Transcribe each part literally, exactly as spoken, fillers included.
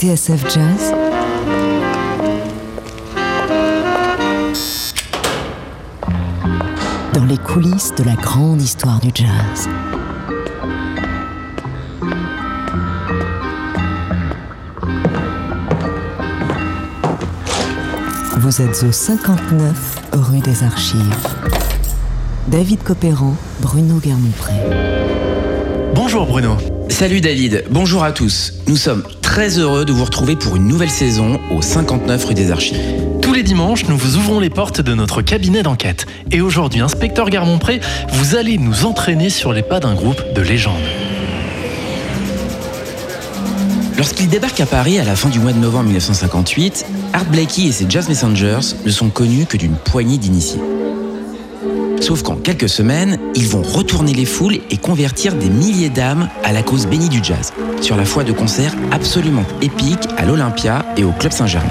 T S F Jazz, dans les coulisses de la grande histoire du jazz. Vous êtes au cinquante-neuf rue des Archives. David Copéran, Bruno Guermont-Pré. Bonjour Bruno. Salut David, bonjour à tous. Nous sommes très heureux de vous retrouver pour une nouvelle saison au cinquante-neuf rue des Archives. Tous les dimanches, nous vous ouvrons les portes de notre cabinet d'enquête. Et aujourd'hui, inspecteur Guermont-Pré, vous allez nous entraîner sur les pas d'un groupe de légende. Lorsqu'il débarque à Paris à la fin du mois de novembre mille neuf cent cinquante-huit, Art Blakey et ses Jazz Messengers ne sont connus que d'une poignée d'initiés. Sauf qu'en quelques semaines, ils vont retourner les foules et convertir des milliers d'âmes à la cause bénie du jazz, sur la foi de concerts absolument épiques à l'Olympia et au Club Saint-Germain.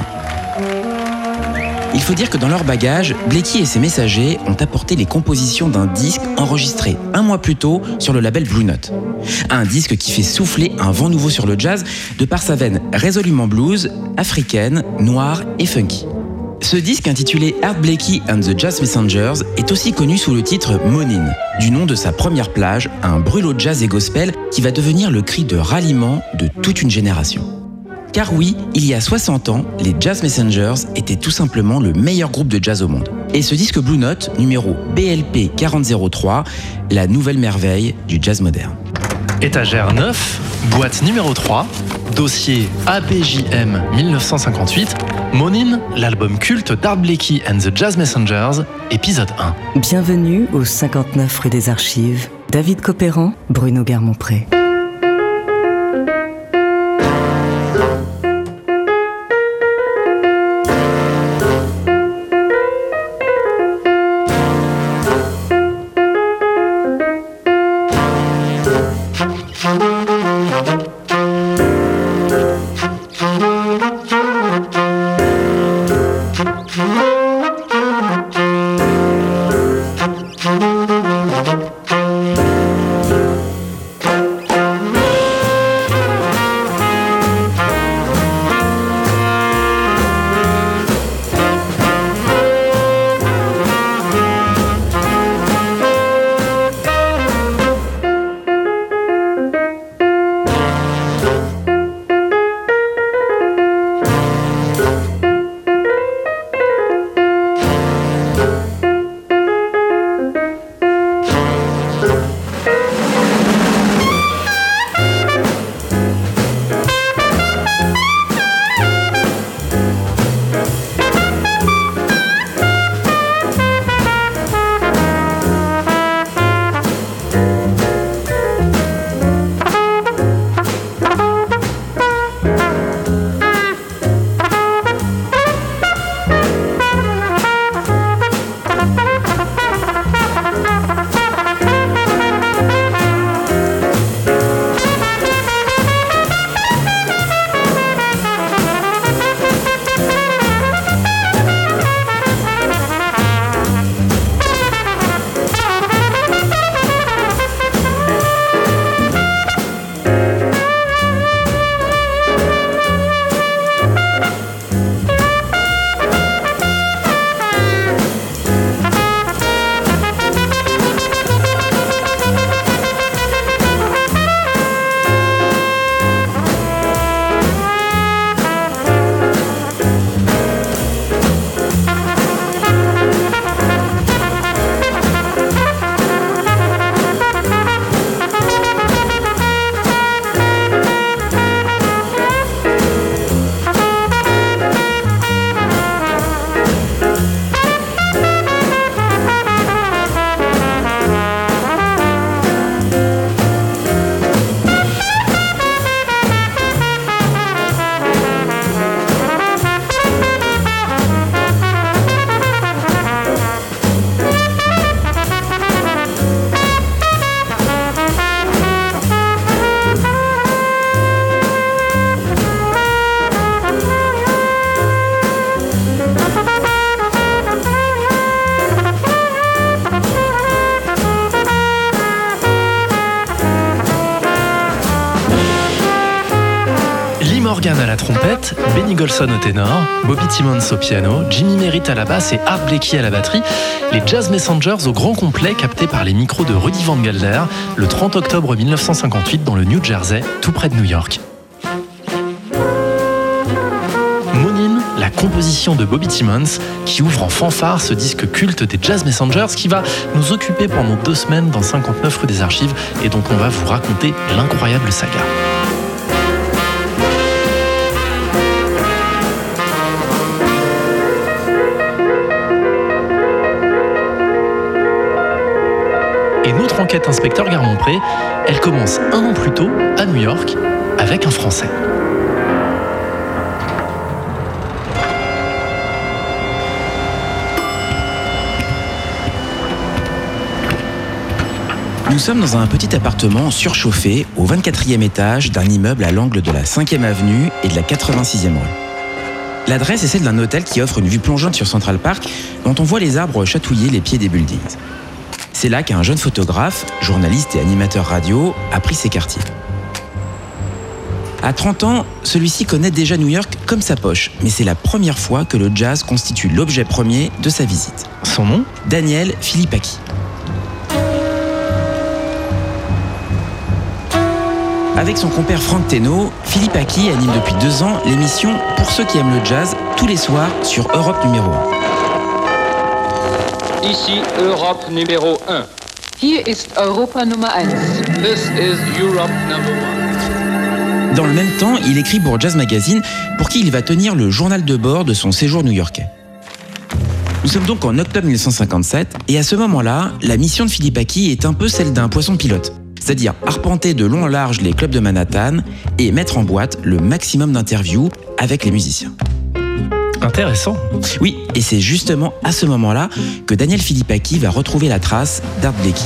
Il faut dire que dans leur bagage, Blakey et ses messagers ont apporté les compositions d'un disque enregistré un mois plus tôt sur le label Blue Note. Un disque qui fait souffler un vent nouveau sur le jazz de par sa veine résolument blues, africaine, noire et funky. Ce disque intitulé Art Blakey and the Jazz Messengers est aussi connu sous le titre Monin, du nom de sa première plage, un brûlot jazz et gospel qui va devenir le cri de ralliement de toute une génération. Car oui, il y a soixante ans, les Jazz Messengers étaient tout simplement le meilleur groupe de jazz au monde. Et ce disque Blue Note, numéro B L P quarante zéro trois, la nouvelle merveille du jazz moderne. Étagère neuf, boîte numéro trois, dossier A B J M mille neuf cent cinquante-huit, Monin, l'album culte d'Art Blakey and the Jazz Messengers, épisode un. Bienvenue au cinquante-neuf rue des Archives. David Copéran, Bruno Guermont-Pré. Morgan à la trompette, Benny Golson au ténor, Bobby Timmons au piano, Jimmy Merritt à la basse et Art Blakey à la batterie. Les Jazz Messengers au grand complet captés par les micros de Rudy Van Gelder le trente octobre mille neuf cent cinquante-huit dans le New Jersey, tout près de New York. Monin, la composition de Bobby Timmons, qui ouvre en fanfare ce disque culte des Jazz Messengers qui va nous occuper pendant deux semaines dans cinquante-neuf rue des Archives et dont on va vous raconter l'incroyable saga. Et notre enquête inspecteur Garmont-Pré, elle commence un an plus tôt à New York avec un Français. Nous sommes dans un petit appartement surchauffé au vingt-quatrième étage d'un immeuble à l'angle de la cinquième avenue et de la quatre-vingt-sixième rue. L'adresse est celle d'un hôtel qui offre une vue plongeante sur Central Park dont on voit les arbres chatouiller les pieds des buildings. C'est là qu'un jeune photographe, journaliste et animateur radio a pris ses quartiers. À trente ans, celui-ci connaît déjà New York comme sa poche, mais c'est la première fois que le jazz constitue l'objet premier de sa visite. Son nom ? Daniel Philippaki. Avec son compère Frank Teno, Philippaki anime depuis deux ans l'émission Pour ceux qui aiment le jazz, tous les soirs sur Europe numéro un. Ici Europe numéro un. Hier ist Europa Nummer eins. This is Europe number one. Dans le même temps, il écrit pour Jazz Magazine, pour qui il va tenir le journal de bord de son séjour new-yorkais. Nous sommes donc en octobre mille neuf cent cinquante-sept, et à ce moment-là, la mission de Philippaki est un peu celle d'un poisson pilote. C'est-à-dire arpenter de long en large les clubs de Manhattan et mettre en boîte le maximum d'interviews avec les musiciens. Intéressant. Oui, et c'est justement à ce moment-là que Daniel Philippaki va retrouver la trace d'Art Blakey.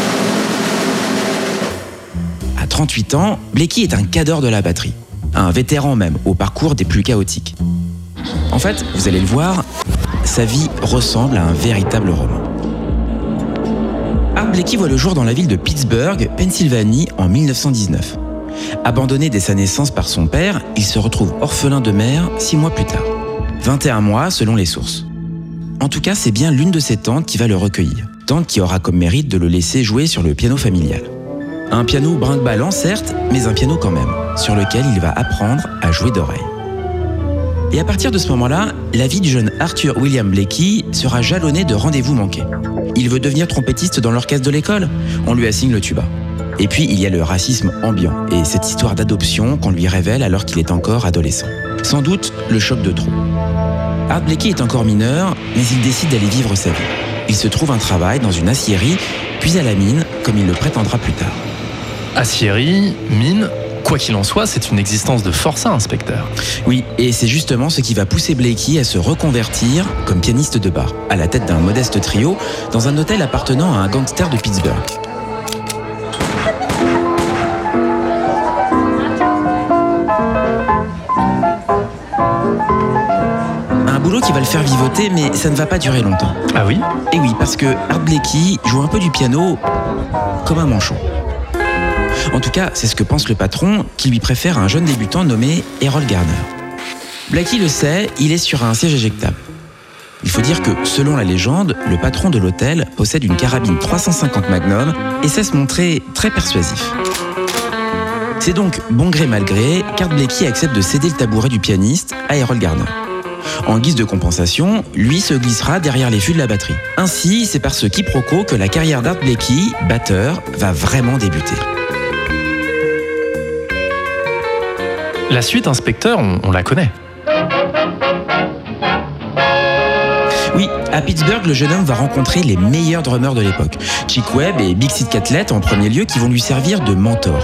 À trente-huit ans, Blakey est un cadre de la batterie, un vétéran même, au parcours des plus chaotiques. En fait, vous allez le voir, sa vie ressemble à un véritable roman. Art Blakey voit le jour dans la ville de Pittsburgh, Pennsylvanie, en mille neuf cent dix-neuf. Abandonné dès sa naissance par son père, il se retrouve orphelin de mère six mois plus tard. vingt et un mois selon les sources. En tout cas, c'est bien l'une de ses tantes qui va le recueillir. Tante qui aura comme mérite de le laisser jouer sur le piano familial. Un piano brinque-ballant, certes, mais un piano quand même, sur lequel il va apprendre à jouer d'oreille. Et à partir de ce moment-là, la vie du jeune Arthur William Blakey sera jalonnée de rendez-vous manqués. Il veut devenir trompettiste dans l'orchestre de l'école, on lui assigne le tuba. Et puis il y a le racisme ambiant et cette histoire d'adoption qu'on lui révèle alors qu'il est encore adolescent. Sans doute le choc de trop. Art Blakey est encore mineur, mais il décide d'aller vivre sa vie. Il se trouve un travail dans une aciérie, puis à la mine, comme il le prétendra plus tard. Aciérie, mine, quoi qu'il en soit, c'est une existence de forçat, inspecteur. Oui, et c'est justement ce qui va pousser Blakey à se reconvertir comme pianiste de bar, à la tête d'un modeste trio, dans un hôtel appartenant à un gangster de Pittsburgh. Un boulot qui va le faire vivoter, mais ça ne va pas durer longtemps. Ah oui ? Et oui, parce que Art Blakey joue un peu du piano comme un manchon. En tout cas, c'est ce que pense le patron, qui lui préfère un jeune débutant nommé Errol Garner. Blakey le sait, il est sur un siège éjectable. Il faut dire que, selon la légende, le patron de l'hôtel possède une carabine trois cent cinquante Magnum et sait se montrer très persuasif. C'est donc, bon gré mal gré, qu'Art Blakey accepte de céder le tabouret du pianiste à Errol Garner. En guise de compensation, lui se glissera derrière les fûts de la batterie. Ainsi, c'est par ce quiproquo que la carrière d'Art Blakey, batteur, va vraiment débuter. La suite, inspecteur, on, on la connaît. Oui, à Pittsburgh, le jeune homme va rencontrer les meilleurs drummers de l'époque. Chick Webb et Big Sid Catlett en premier lieu, qui vont lui servir de mentors.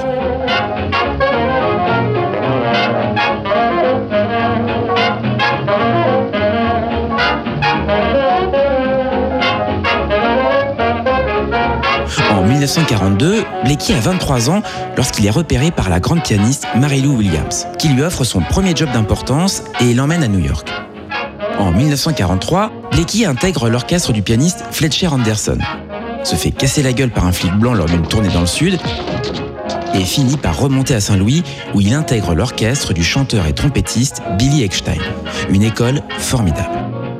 En mille neuf cent quarante-deux, Blakey a vingt-trois ans lorsqu'il est repéré par la grande pianiste Mary Lou Williams, qui lui offre son premier job d'importance et l'emmène à New York. En mille neuf cent quarante-trois, Blakey intègre l'orchestre du pianiste Fletcher Henderson, se fait casser la gueule par un flic blanc lors d'une tournée dans le sud et finit par remonter à Saint-Louis où il intègre l'orchestre du chanteur et trompettiste Billy Eckstine, une école formidable. Pourquoi ?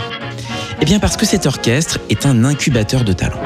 Eh bien parce que cet orchestre est un incubateur de talent.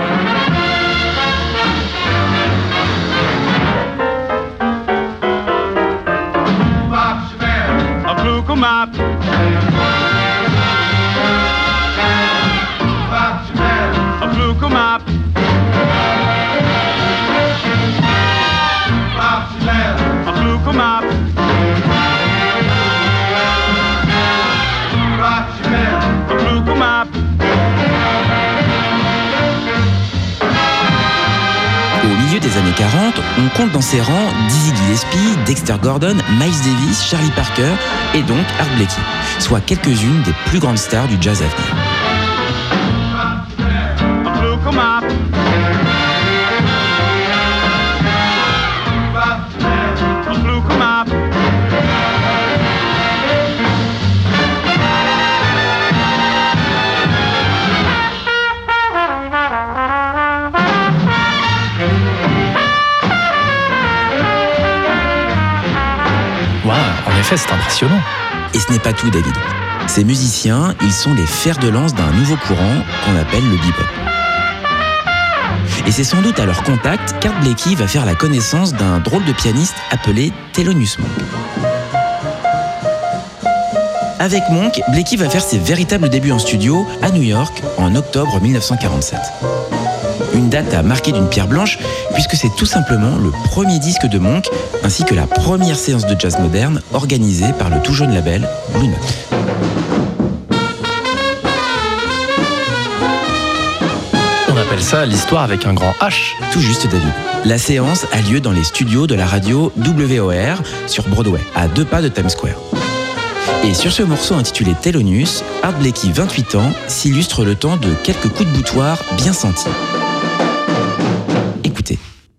Au milieu des années quarante, on compte dans ses rangs Dizzy Gillespie, Dexter Gordon, Miles Davis, Charlie Parker et donc Art Blakey, soit quelques-unes des plus grandes stars du jazz à venir. En effet, c'est impressionnant. Et ce n'est pas tout, David. Ces musiciens, ils sont les fers de lance d'un nouveau courant qu'on appelle le bebop. Et c'est sans doute à leur contact qu'Art Blakey va faire la connaissance d'un drôle de pianiste appelé Thelonious Monk. Avec Monk, Blakey va faire ses véritables débuts en studio à New York en octobre mille neuf cent quarante-sept. Une date à marquer d'une pierre blanche puisque c'est tout simplement le premier disque de Monk ainsi que la première séance de jazz moderne organisée par le tout jeune label Blue Note. On appelle ça l'histoire avec un grand H. Tout juste, David. La séance a lieu dans les studios de la radio W O R sur Broadway, à deux pas de Times Square. Et sur ce morceau intitulé Thelonious, Art Blakey, vingt-huit ans, s'illustre le temps de quelques coups de boutoir bien sentis. Écoutez.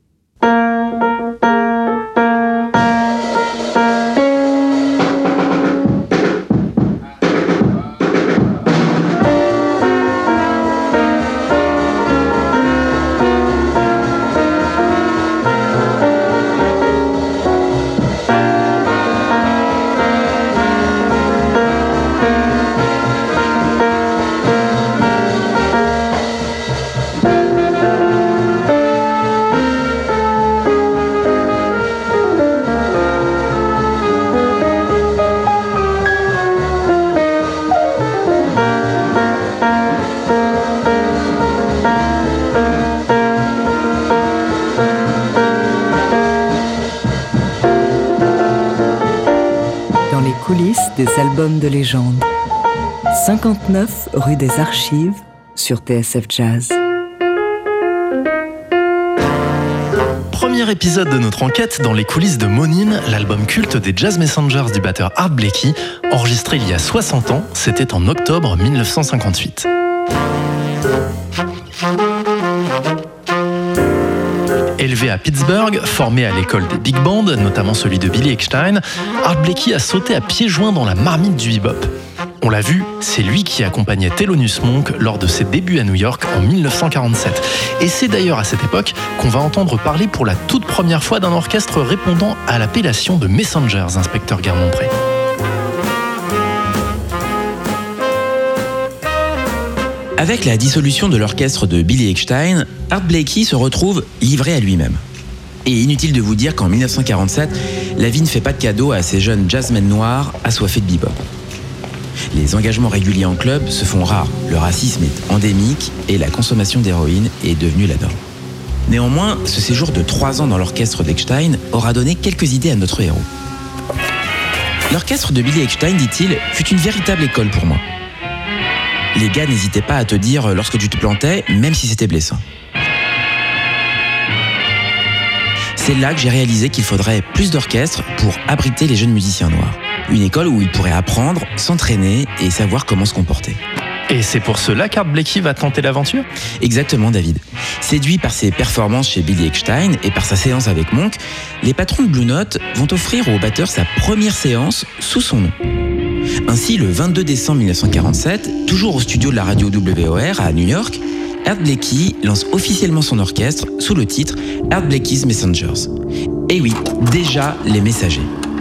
Coulisses des albums de légende. cinquante-neuf rue des Archives sur T S F Jazz. Premier épisode de notre enquête dans les coulisses de Monine, l'album culte des Jazz Messengers du batteur Art Blakey, enregistré il y a soixante ans, c'était en octobre mille neuf cent cinquante-huit. Élevé à Pittsburgh, formé à l'école des big bands, notamment celui de Billy Eckstine, Art Blakey a sauté à pieds joints dans la marmite du bebop. On l'a vu, c'est lui qui accompagnait Thelonious Monk lors de ses débuts à New York en mille neuf cent quarante-sept. Et c'est d'ailleurs à cette époque qu'on va entendre parler pour la toute première fois d'un orchestre répondant à l'appellation de Messengers, inspecteur Guermont-Pré. Avec la dissolution de l'orchestre de Billy Eckstine, Art Blakey se retrouve livré à lui-même. Et inutile de vous dire qu'en mille neuf cent quarante-sept, la vie ne fait pas de cadeau à ces jeunes jazzmen noirs assoiffés de bebop. Les engagements réguliers en club se font rares, le racisme est endémique et la consommation d'héroïne est devenue la norme. Néanmoins, ce séjour de trois ans dans l'orchestre d'Eckstine aura donné quelques idées à notre héros. L'orchestre de Billy Eckstine, dit-il, fut une véritable école pour moi. Les gars n'hésitaient pas à te dire lorsque tu te plantais, même si c'était blessant. C'est là que j'ai réalisé qu'il faudrait plus d'orchestres pour abriter les jeunes musiciens noirs. Une école où ils pourraient apprendre, s'entraîner et savoir comment se comporter. Et c'est pour cela qu'Art Blakey va tenter l'aventure ? Exactement, David. Séduit par ses performances chez Billy Eckstine et par sa séance avec Monk, les patrons de Blue Note vont offrir au batteur sa première séance sous son nom. Ainsi, le vingt-deux décembre mille neuf cent quarante-sept, toujours au studio de la radio W O R à New York, Art Blakey lance officiellement son orchestre sous le titre Art Blakey's Messengers. Et oui, déjà les messagers.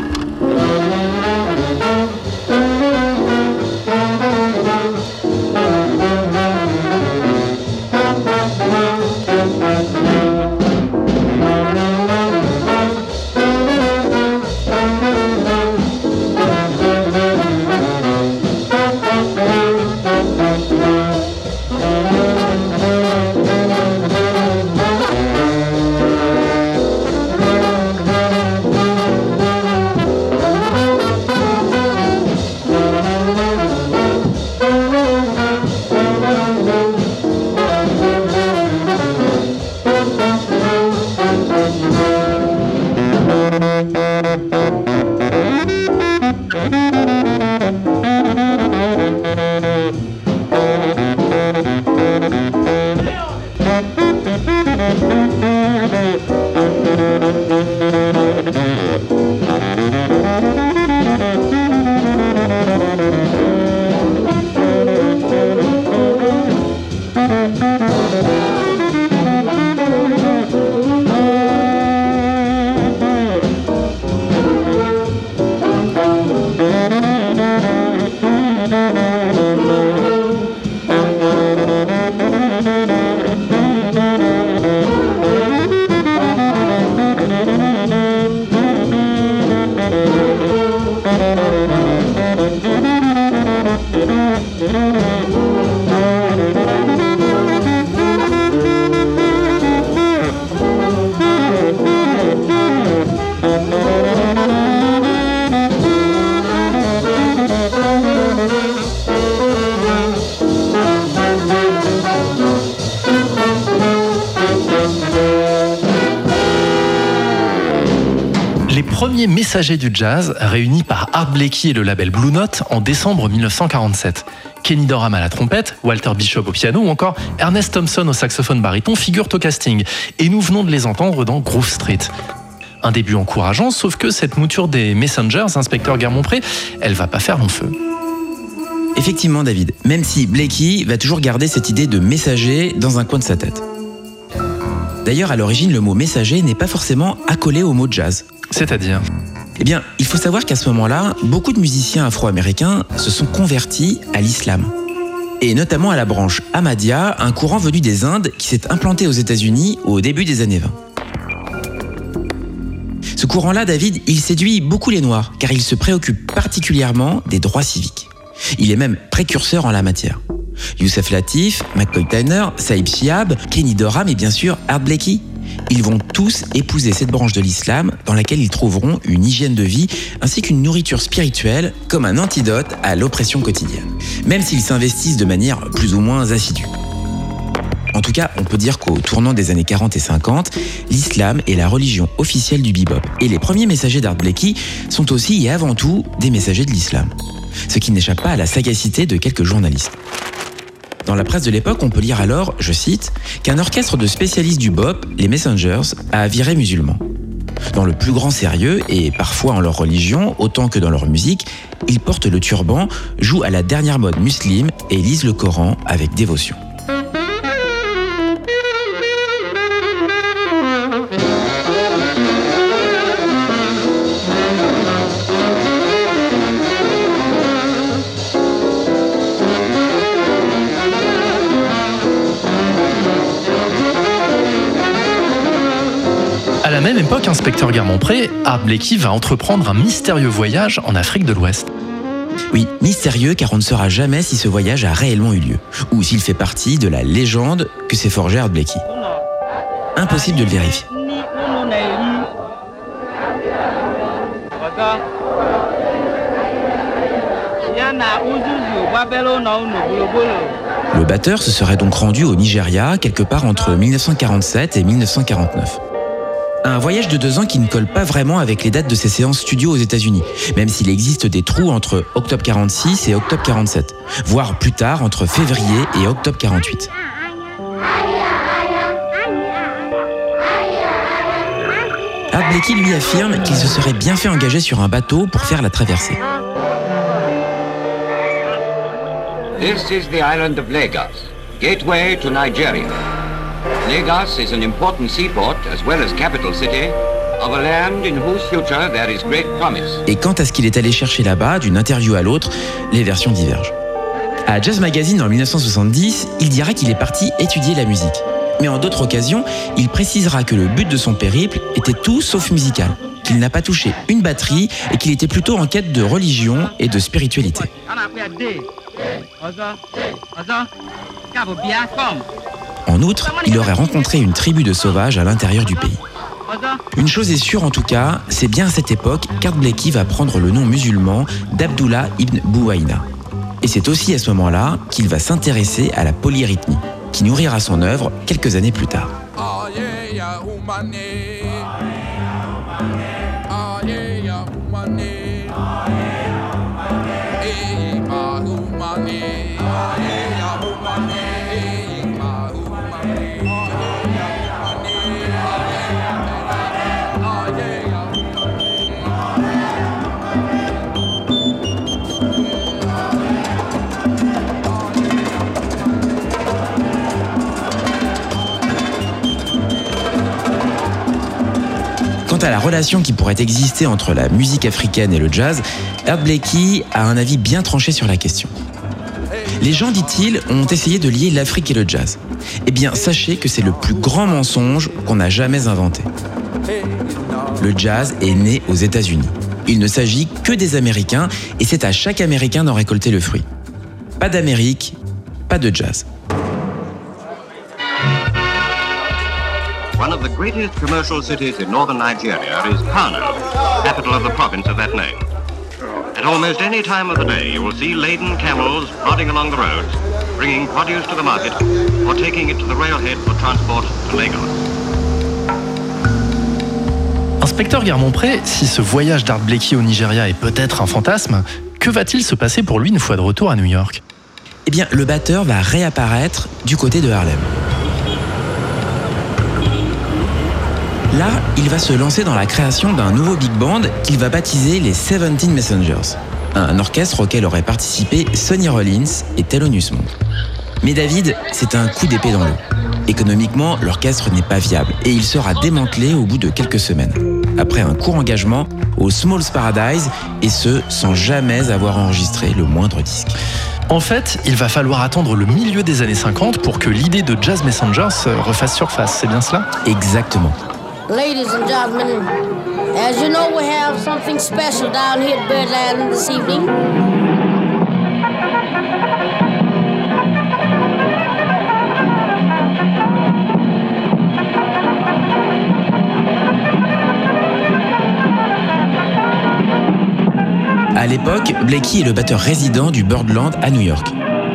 Premier messager du jazz réuni par Art Blakey et le label Blue Note en décembre mille neuf cent quarante-sept. Kenny Dorham à la trompette, Walter Bishop au piano ou encore Ernest Thompson au saxophone baryton figurent au casting. Et nous venons de les entendre dans Groove Street. Un début encourageant, sauf que cette mouture des Messengers, inspecteur Guermont-Pré, elle va pas faire long feu. Effectivement David, même si Blakey va toujours garder cette idée de messager dans un coin de sa tête. D'ailleurs, à l'origine, le mot messager n'est pas forcément accolé au mot jazz. C'est-à-dire ? Eh bien, il faut savoir qu'à ce moment-là, beaucoup de musiciens afro-américains se sont convertis à l'islam. Et notamment à la branche Ahmadiyya, un courant venu des Indes qui s'est implanté aux États-Unis au début des années vingt. Ce courant-là, David, il séduit beaucoup les Noirs, car il se préoccupe particulièrement des droits civiques. Il est même précurseur en la matière. Yusef Latif, McCoy Tyner, Saïd Shihab, Kenny Dorham et bien sûr Art Blakey. Ils vont tous épouser cette branche de l'islam dans laquelle ils trouveront une hygiène de vie ainsi qu'une nourriture spirituelle comme un antidote à l'oppression quotidienne, même s'ils s'investissent de manière plus ou moins assidue. En tout cas, on peut dire qu'au tournant des années quarante et cinquante, l'islam est la religion officielle du bebop. Et les premiers messagers d'Art Blakey sont aussi et avant tout des messagers de l'islam. Ce qui n'échappe pas à la sagacité de quelques journalistes. Dans la presse de l'époque, on peut lire alors, je cite, qu'un orchestre de spécialistes du bop, les Messengers, a viré musulmans. Dans le plus grand sérieux, et parfois en leur religion, autant que dans leur musique, ils portent le turban, jouent à la dernière mode musulmane et lisent le Coran avec dévotion. À la même époque, inspecteur Guermont-Pré, Art Blakey va entreprendre un mystérieux voyage en Afrique de l'Ouest. Oui, mystérieux car on ne saura jamais si ce voyage a réellement eu lieu, ou s'il fait partie de la légende que s'est forgée Art Blakey. Impossible de le vérifier. Le batteur se serait donc rendu au Nigeria quelque part entre mille neuf cent quarante-sept et mille neuf cent quarante-neuf. Un voyage de deux ans qui ne colle pas vraiment avec les dates de ses séances studio aux États-Unis, même s'il existe des trous entre octobre quarante-six et octobre quarante-sept, voire plus tard entre février et octobre quarante-huit. Art Blakey lui affirme qu'il se serait bien fait engager sur un bateau pour faire la traversée. This is the island of Lagos. Gateway to Nigeria. Lagos is an important seaport as well as capital city of a land in whose future there is great promise. Et quant à ce qu'il est allé chercher là-bas, d'une interview à l'autre, les versions divergent. À Jazz Magazine en dix-neuf cent soixante-dix, il dira qu'il est parti étudier la musique. Mais en d'autres occasions, il précisera que le but de son périple était tout sauf musical, qu'il n'a pas touché une batterie et qu'il était plutôt en quête de religion et de spiritualité. En outre, il aurait rencontré une tribu de sauvages à l'intérieur du pays. Une chose est sûre en tout cas, c'est bien à cette époque qu'Art Blakey va prendre le nom musulman d'Abdullah ibn Bouhaïna. Et c'est aussi à ce moment-là qu'il va s'intéresser à la polyrythmie, qui nourrira son œuvre quelques années plus tard. Quant à la relation qui pourrait exister entre la musique africaine et le jazz, Art Blakey a un avis bien tranché sur la question. Les gens, dit-il, ont essayé de lier l'Afrique et le jazz. Eh bien, sachez que c'est le plus grand mensonge qu'on a jamais inventé. Le jazz est né aux États-Unis. Il ne s'agit que des Américains et c'est à chaque Américain d'en récolter le fruit. Pas d'Amérique, pas de jazz. One of the greatest commercial cities in northern Nigeria is Kano, capital of the province of that name. At almost any time of the day, you will see laden camels plodding along the roads, bringing produce to the market or taking it to the railhead for transport to Lagos. Inspecteur Guermont-Pré, si ce voyage d'Art Blakey au Nigeria est peut-être un fantasme, que va-t-il se passer pour lui une fois de retour à New York ? Eh bien, le batteur va réapparaître du côté de Harlem. Là, il va se lancer dans la création d'un nouveau big band qu'il va baptiser les Seventeen Messengers, un orchestre auquel auraient participé Sonny Rollins et Thelonious Monk. Mais David, c'est un coup d'épée dans l'eau. Économiquement, l'orchestre n'est pas viable et il sera démantelé au bout de quelques semaines, après un court engagement au Small's Paradise, et ce, sans jamais avoir enregistré le moindre disque. En fait, il va falloir attendre le milieu des années cinquante pour que l'idée de Jazz Messengers refasse surface, c'est bien cela ? Exactement. Ladies and gentlemen, as you know, we have something special down here at Birdland this evening. À l'époque, Blakey est le batteur résident du Birdland à New York.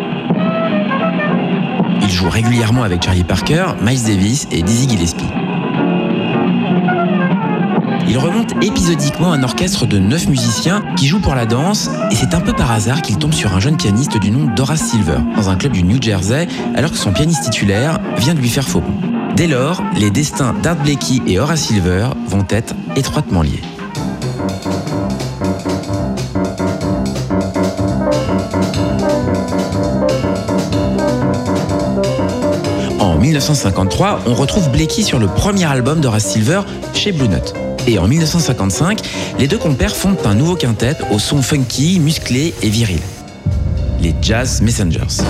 Il joue régulièrement avec Charlie Parker, Miles Davis et Dizzy Gillespie. Il remonte épisodiquement un orchestre de neuf musiciens qui jouent pour la danse, et c'est un peu par hasard qu'il tombe sur un jeune pianiste du nom d'Horace Silver, dans un club du New Jersey, alors que son pianiste titulaire vient de lui faire faux bon. Dès lors, les destins d'Art Blakey et Horace Silver vont être étroitement liés. En dix-neuf cent cinquante-trois, on retrouve Blakey sur le premier album d'Horace Silver chez Blue Note. Et en dix-neuf cent cinquante-cinq, les deux compères fondent un nouveau quintet au son funky, musclé et viril. Les Jazz Messengers.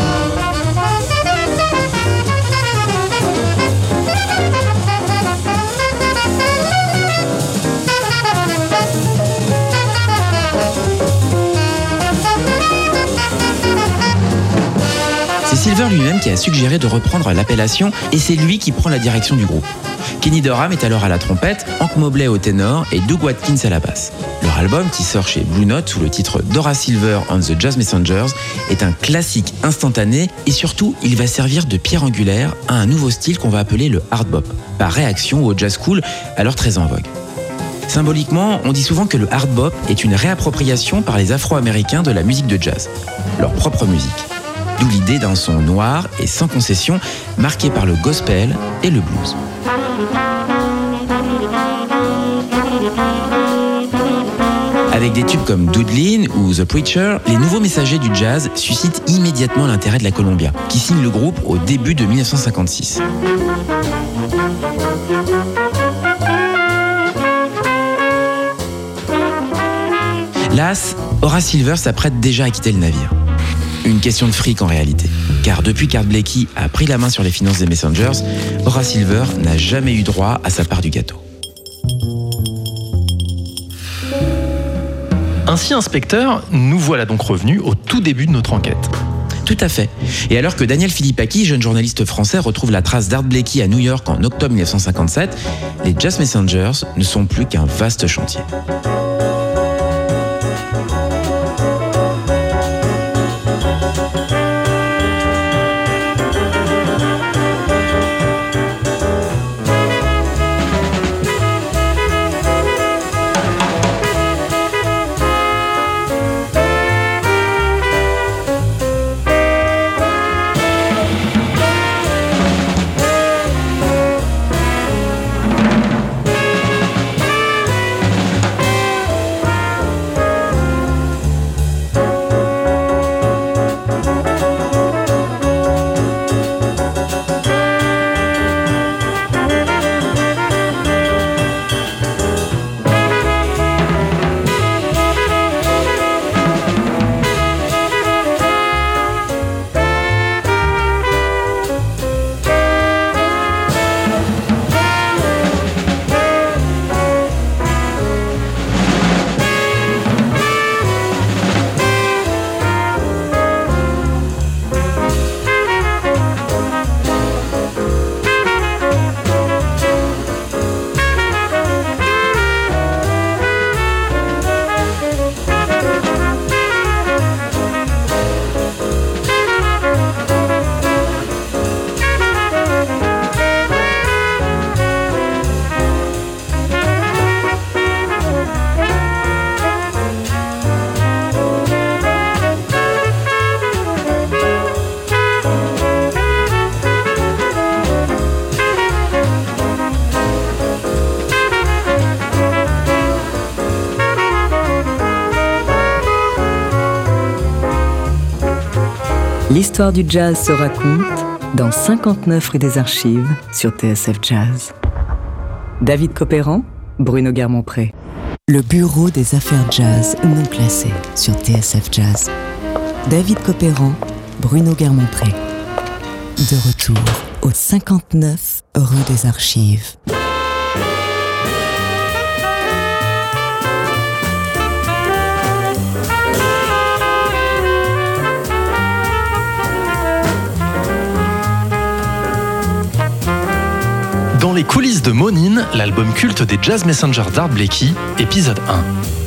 C'est Silver lui-même qui a suggéré de reprendre l'appellation et c'est lui qui prend la direction du groupe. Kenny Dorham est alors à la trompette, Hank Mobley au ténor et Doug Watkins à la basse. Leur album, qui sort chez Blue Note sous le titre d'Horace Silver and the Jazz Messengers, est un classique instantané et surtout, il va servir de pierre angulaire à un nouveau style qu'on va appeler le hard bop, par réaction au jazz cool, alors très en vogue. Symboliquement, on dit souvent que le hard bop est une réappropriation par les Afro-Américains de la musique de jazz, leur propre musique. D'où l'idée d'un son noir et sans concession, marqué par le gospel et le blues. Avec Avec des tubes comme Doodlin ou The Preacher, les nouveaux messagers du jazz suscitent immédiatement l'intérêt de la Columbia, qui signe le groupe au début de dix-neuf cent cinquante-six. Las, Horace Silver s'apprête déjà à quitter le navire. Une question de fric en réalité, car depuis qu'Art Blakey a pris la main sur les finances des Messengers, Horace Silver n'a jamais eu droit à sa part du gâteau. Ainsi, inspecteur, nous voilà donc revenus au tout début de notre enquête. Tout à fait. Et alors que Daniel Philippaki, jeune journaliste français, retrouve la trace d'Art Blakey à New York en octobre dix-neuf cent cinquante-sept, les Jazz Messengers ne sont plus qu'un vaste chantier. L'histoire du jazz se raconte dans cinquante-neuf rue des Archives sur T S F Jazz. David Copéran, Bruno Guermont-Pré. Le bureau des affaires jazz non classées sur T S F Jazz. David Copéran, Bruno Guermont-Pré. De retour au cinquante-neuf rue des Archives. Dans les coulisses de Monin, l'album culte des Jazz Messengers d'Art Blakey, épisode un.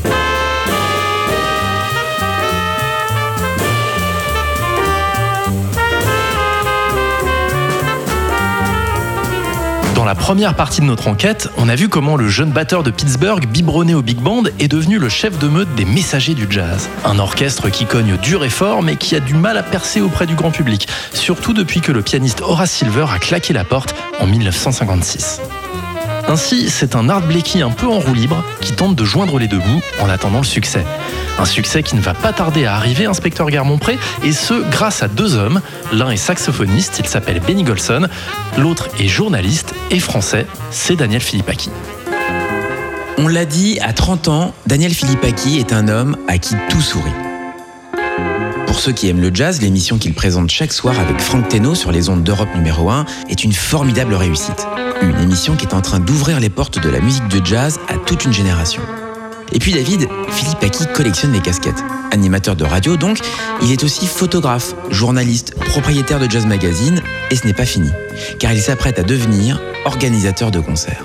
Dans la première partie de notre enquête, on a vu comment le jeune batteur de Pittsburgh, biberonné au big band, est devenu le chef de meute des Messagers du Jazz. Un orchestre qui cogne dur et fort, mais qui a du mal à percer auprès du grand public, surtout depuis que le pianiste Horace Silver a claqué la porte en dix-neuf cent cinquante-six. Ainsi, c'est un Art Blakey un peu en roue libre qui tente de joindre les deux bouts en attendant le succès. Un succès qui ne va pas tarder à arriver, inspecteur Guermont-Pré, et ce, grâce à deux hommes. L'un est saxophoniste, il s'appelle Benny Golson, l'autre est journaliste et français, c'est Daniel Philippaki. On l'a dit, à trente ans, Daniel Philippaki est un homme à qui tout sourit. Pour ceux qui aiment le jazz, l'émission qu'il présente chaque soir avec Franck Thénault sur les ondes d'Europe numéro un est une formidable réussite. Une émission qui est en train d'ouvrir les portes de la musique de jazz à toute une génération. Et puis David, Philippaki collectionne les casquettes. Animateur de radio donc, il est aussi photographe, journaliste, propriétaire de Jazz Magazine, et ce n'est pas fini, car il s'apprête à devenir organisateur de concerts.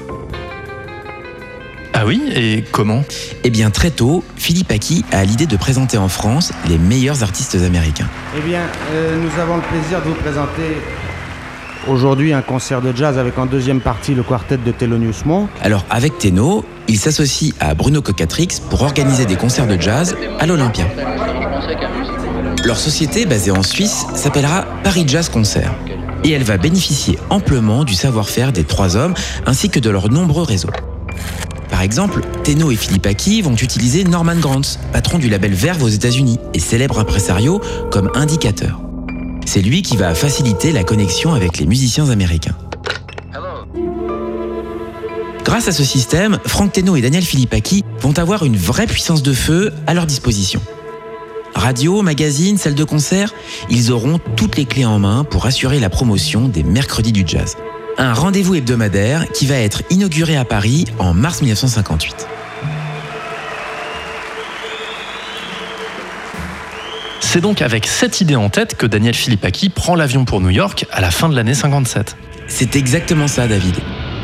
Ah oui, et comment ? Eh bien très tôt, Philippaki a l'idée de présenter en France les meilleurs artistes américains. Eh bien, euh, nous avons le plaisir de vous présenter aujourd'hui un concert de jazz avec en deuxième partie le quartet de Thelonious Monk. Alors avec Thénault, il s'associe à Bruno Cocatrix pour organiser des concerts de jazz à l'Olympia. Leur société, basée en Suisse, s'appellera Paris Jazz Concert. Et elle va bénéficier amplement du savoir-faire des trois hommes ainsi que de leurs nombreux réseaux. Par exemple, Teno et Philippe Aki vont utiliser Norman Granz, patron du label Verve aux États-Unis et célèbre impresario, comme indicateur. C'est lui qui va faciliter la connexion avec les musiciens américains. Grâce à ce système, Frank Teno et Daniel Philippe Aki vont avoir une vraie puissance de feu à leur disposition. Radio, magazine, salle de concert, ils auront toutes les clés en main pour assurer la promotion des mercredis du jazz. Un rendez-vous hebdomadaire qui va être inauguré à Paris en mars mille neuf cent cinquante-huit. C'est donc avec cette idée en tête que Daniel Philippe Aki prend l'avion pour New York à la fin de l'année cinquante-sept. C'est exactement ça, David.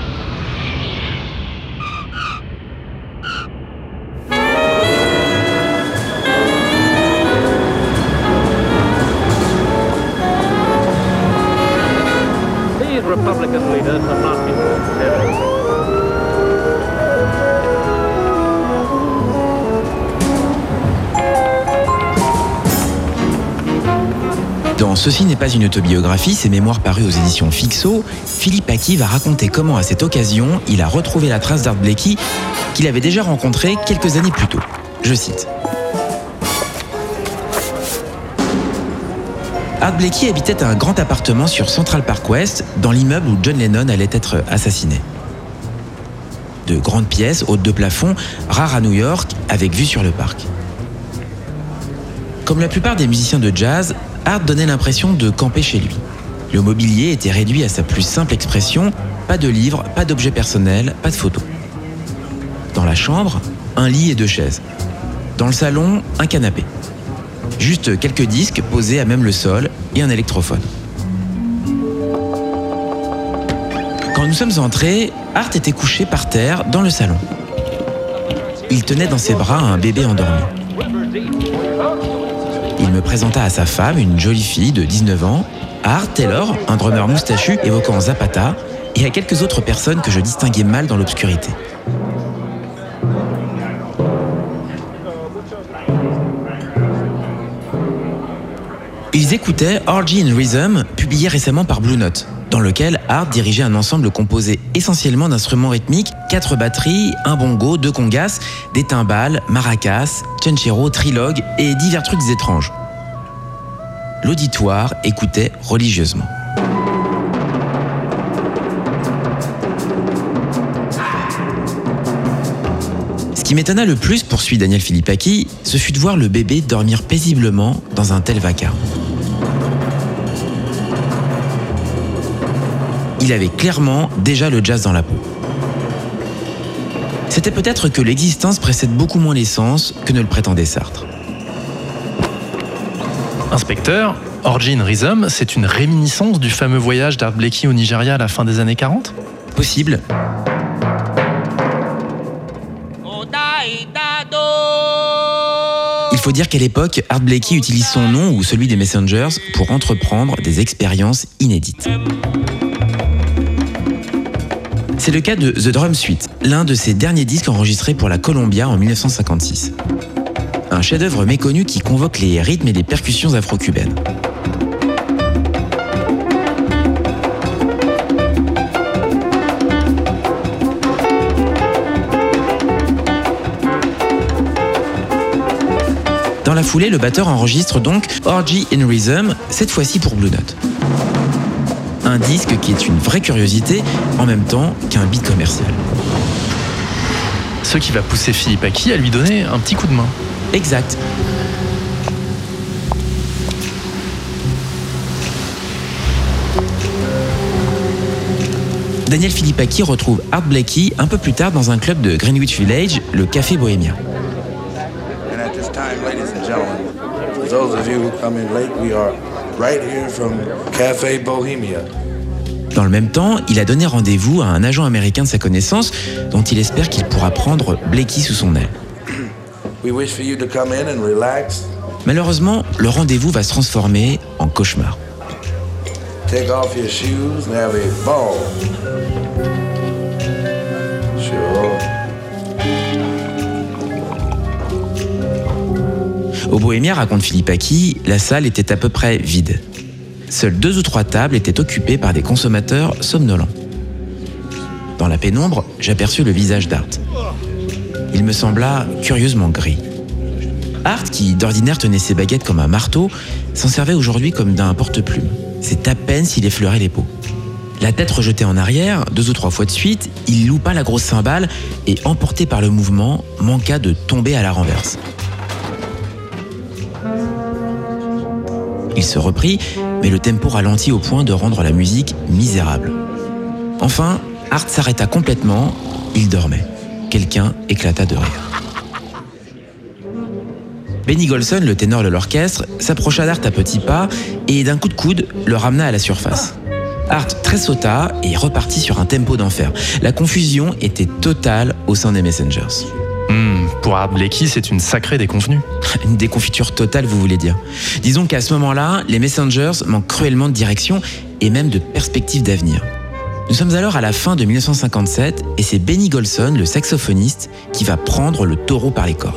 Republican leaders have not been considered. Dans Ceci n'est pas une autobiographie, ses mémoires parus aux éditions Fixo, Philippe Aki va raconter comment à cette occasion, il a retrouvé la trace d'Art Blakey qu'il avait déjà rencontré quelques années plus tôt. Je cite. Art Blakey habitait un grand appartement sur Central Park West, dans l'immeuble où John Lennon allait être assassiné. De grandes pièces, hautes de plafond, rares à New York, avec vue sur le parc. Comme la plupart des musiciens de jazz, Art donnait l'impression de camper chez lui. Le mobilier était réduit à sa plus simple expression, pas de livres, pas d'objets personnels, pas de photos. Dans la chambre, un lit et deux chaises. Dans le salon, un canapé. Juste quelques disques posés à même le sol et un électrophone. Quand nous sommes entrés, Art était couché par terre dans le salon. Il tenait dans ses bras un bébé endormi. Il me présenta à sa femme, une jolie fille de dix-neuf ans, à Art Taylor, un drummer moustachu évoquant Zapata, et à quelques autres personnes que je distinguais mal dans l'obscurité. Ils écoutaient R G in Rhythm, publié récemment par Blue Note, dans lequel Art dirigeait un ensemble composé essentiellement d'instruments rythmiques, quatre batteries, un bongo, deux congas, des timbales, maracas, chenchero, trilogue et divers trucs étranges. L'auditoire écoutait religieusement. Ce qui m'étonna le plus, poursuit Daniel Philippe Aki, ce fut de voir le bébé dormir paisiblement dans un tel vacarme. Il avait clairement déjà le jazz dans la peau. C'était peut-être que l'existence précède beaucoup moins l'essence que ne le prétendait Sartre. Inspecteur, R G in Rhythm, c'est une réminiscence du fameux voyage d'Art Blakey au Nigeria à la fin des années quarante ? Possible. Il faut dire qu'à l'époque, Art Blakey utilise son nom ou celui des Messengers pour entreprendre des expériences inédites. C'est le cas de The Drum Suite, l'un de ses derniers disques enregistrés pour la Columbia en mille neuf cent cinquante-six. Un chef-d'œuvre méconnu qui convoque les rythmes et les percussions afro-cubaines. Dans la foulée, le batteur enregistre donc R G in Rhythm, cette fois-ci pour Blue Note. Un disque qui est une vraie curiosité, en même temps qu'un beat commercial. Ce qui va pousser Philippe Aki à lui donner un petit coup de main. Exact. Daniel Philippe Aki retrouve Art Blakey un peu plus tard dans un club de Greenwich Village, le Café Bohémien. Dans le même temps, il a donné rendez-vous à un agent américain de sa connaissance dont il espère qu'il pourra prendre Blakey sous son aile. Malheureusement, le rendez-vous va se transformer en cauchemar. Take off your shoes and have a ball. Sure. Au Bohémien, raconte Philippe Aki, la salle était à peu près vide. Seules deux ou trois tables étaient occupées par des consommateurs somnolents. Dans la pénombre, j'aperçus le visage d'Art. il me sembla curieusement gris. Art, qui d'ordinaire tenait ses baguettes comme un marteau, s'en servait aujourd'hui comme d'un porte-plume. C'est à peine s'il effleurait les peaux. La tête rejetée en arrière, deux ou trois fois de suite, il loupa la grosse cymbale et, emporté par le mouvement, manqua de tomber à la renverse. Il se reprit, mais le tempo ralentit au point de rendre la musique misérable. Enfin, Art s'arrêta complètement, il dormait. Quelqu'un éclata de rire. Benny Golson, le ténor de l'orchestre, s'approcha d'Art à petits pas et d'un coup de coude le ramena à la surface. Art tressauta et repartit sur un tempo d'enfer. La confusion était totale au sein des Messengers. Mmh, pour Art Blakey, c'est une sacrée déconvenue. Une déconfiture totale, vous voulez dire. Disons qu'à ce moment-là, les Messengers manquent cruellement de direction et même de perspective d'avenir. Nous sommes alors à la fin de dix-neuf cent cinquante-sept et c'est Benny Golson, le saxophoniste, qui va prendre le taureau par les cornes.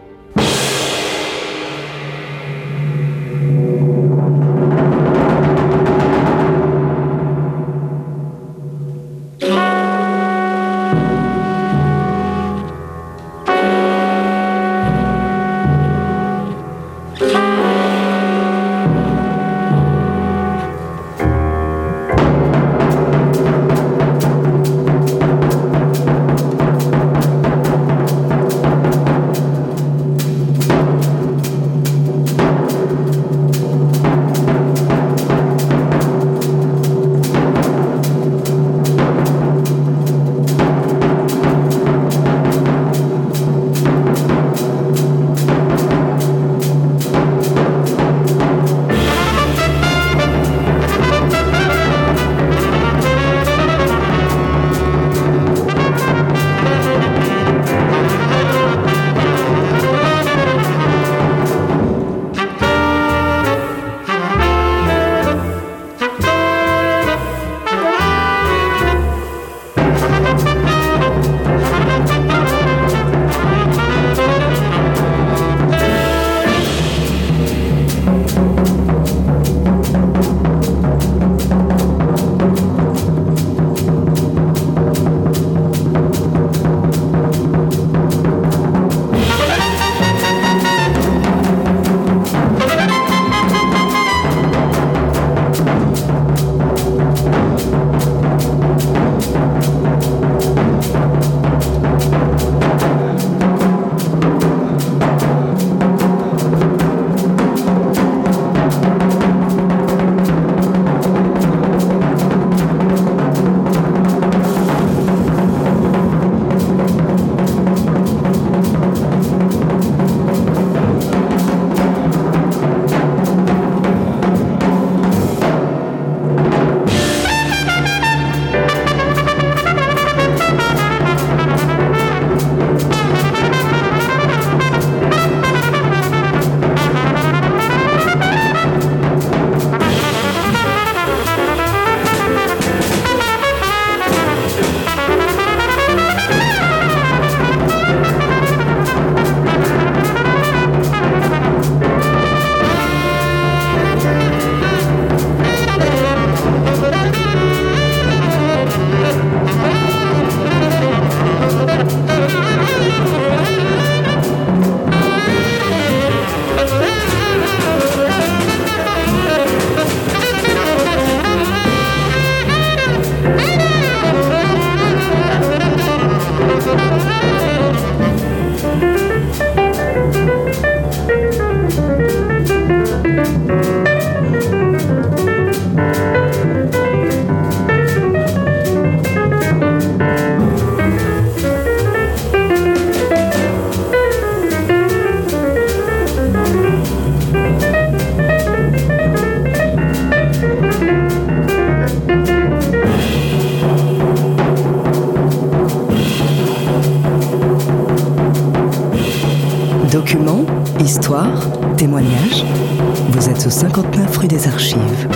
Documents, histoire, témoignages. Vous êtes au cinquante-neuf rue des Archives.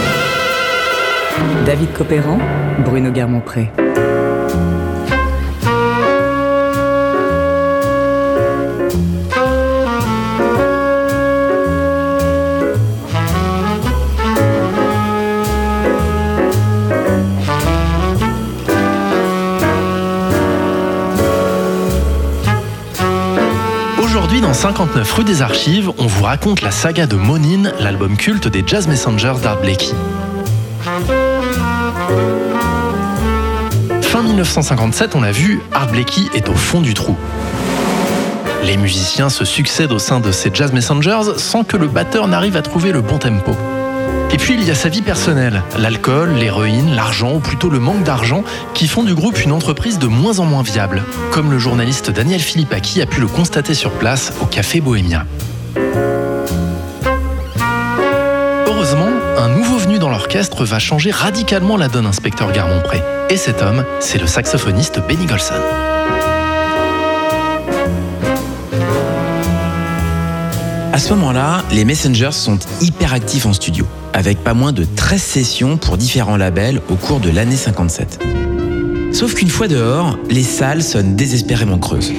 David Copéran, Bruno Guermont-Pré. en cinquante-neuf rue des Archives, on vous raconte la saga de Monin, l'album culte des Jazz Messengers d'Art Blakey. Fin dix-neuf cent cinquante-sept, on l'a vu, Art Blakey est au fond du trou. Les musiciens se succèdent au sein de ces Jazz Messengers sans que le batteur n'arrive à trouver le bon tempo. Et puis il y a sa vie personnelle, l'alcool, l'héroïne, l'argent, ou plutôt le manque d'argent, qui font du groupe une entreprise de moins en moins viable, comme le journaliste Daniel Philippaki a pu le constater sur place au Café Bohémien. Heureusement, un nouveau venu dans l'orchestre va changer radicalement la donne, inspecteur Garmont-Pré. Et cet homme, c'est le saxophoniste Benny Golson. À ce moment-là, les Messengers sont hyper actifs en studio, avec pas moins de treize sessions pour différents labels au cours de l'année cinquante-sept. Sauf qu'une fois dehors, les salles sonnent désespérément creuses.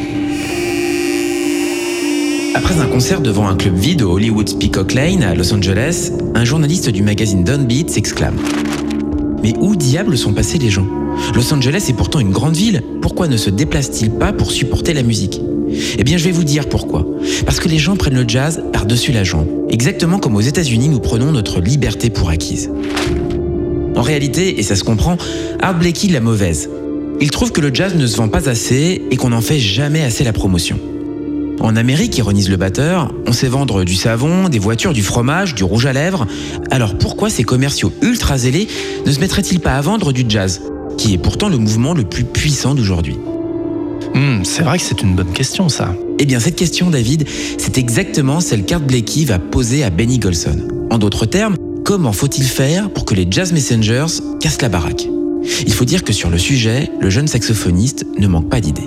Après un concert devant un club vide au Hollywood's Peacock Lane à Los Angeles, un journaliste du magazine Downbeat s'exclame. Mais où diable sont passés les gens ? Los Angeles est pourtant une grande ville, pourquoi ne se déplacent-ils pas pour supporter la musique ? Eh bien, je vais vous dire pourquoi. Parce que les gens prennent le jazz par-dessus la jambe. Exactement comme aux États-Unis, nous prenons notre liberté pour acquise. En réalité, et ça se comprend, Art Blakey l'a mauvaise. Il trouve que le jazz ne se vend pas assez et qu'on n'en fait jamais assez la promotion. En Amérique, ironise le batteur, on sait vendre du savon, des voitures, du fromage, du rouge à lèvres. Alors pourquoi ces commerciaux ultra zélés ne se mettraient-ils pas à vendre du jazz, qui est pourtant le mouvement le plus puissant d'aujourd'hui ? Mmh, c'est vrai que c'est une bonne question, ça. Eh bien, cette question, David, c'est exactement celle qu'Art Blakey va poser à Benny Golson. En d'autres termes, comment faut-il faire pour que les Jazz Messengers cassent la baraque ? Il faut dire que sur le sujet, le jeune saxophoniste ne manque pas d'idées.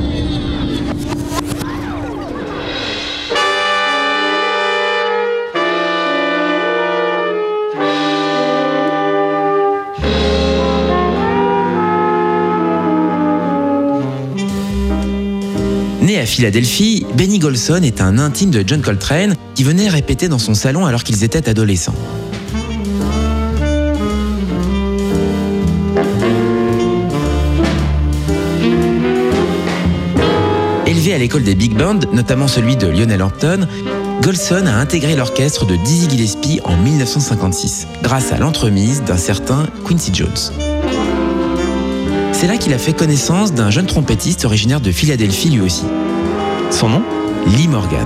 Né à Philadelphie, Benny Golson est un intime de John Coltrane qui venait répéter dans son salon alors qu'ils étaient adolescents. Élevé à l'école des big bands, notamment celui de Lionel Hampton, Golson a intégré l'orchestre de Dizzy Gillespie en dix-neuf cent cinquante-six, grâce à l'entremise d'un certain Quincy Jones. C'est là qu'il a fait connaissance d'un jeune trompettiste originaire de Philadelphie lui aussi. Son nom ? Lee Morgan.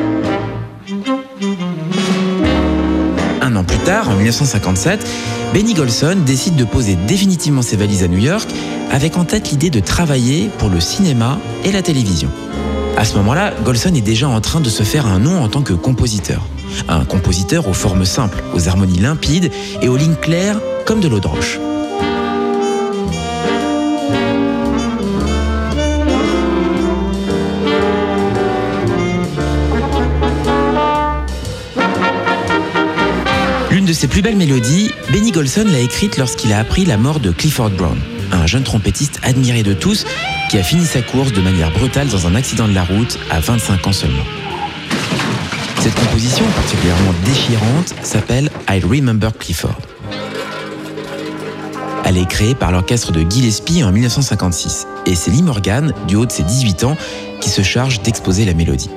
Un an plus tard, en dix-neuf cent cinquante-sept, Benny Golson décide de poser définitivement ses valises à New York avec en tête l'idée de travailler pour le cinéma et la télévision. À ce moment-là, Golson est déjà en train de se faire un nom en tant que compositeur. Un compositeur aux formes simples, aux harmonies limpides et aux lignes claires comme de l'eau de roche. L'une de ses plus belles mélodies, Benny Golson l'a écrite lorsqu'il a appris la mort de Clifford Brown, un jeune trompettiste admiré de tous qui a fini sa course de manière brutale dans un accident de la route à vingt-cinq ans seulement. Cette composition particulièrement déchirante s'appelle I Remember Clifford. Elle est créée par l'orchestre de Gillespie en dix-neuf cent cinquante-six et c'est Lee Morgan, du haut de ses dix-huit ans, qui se charge d'exposer la mélodie.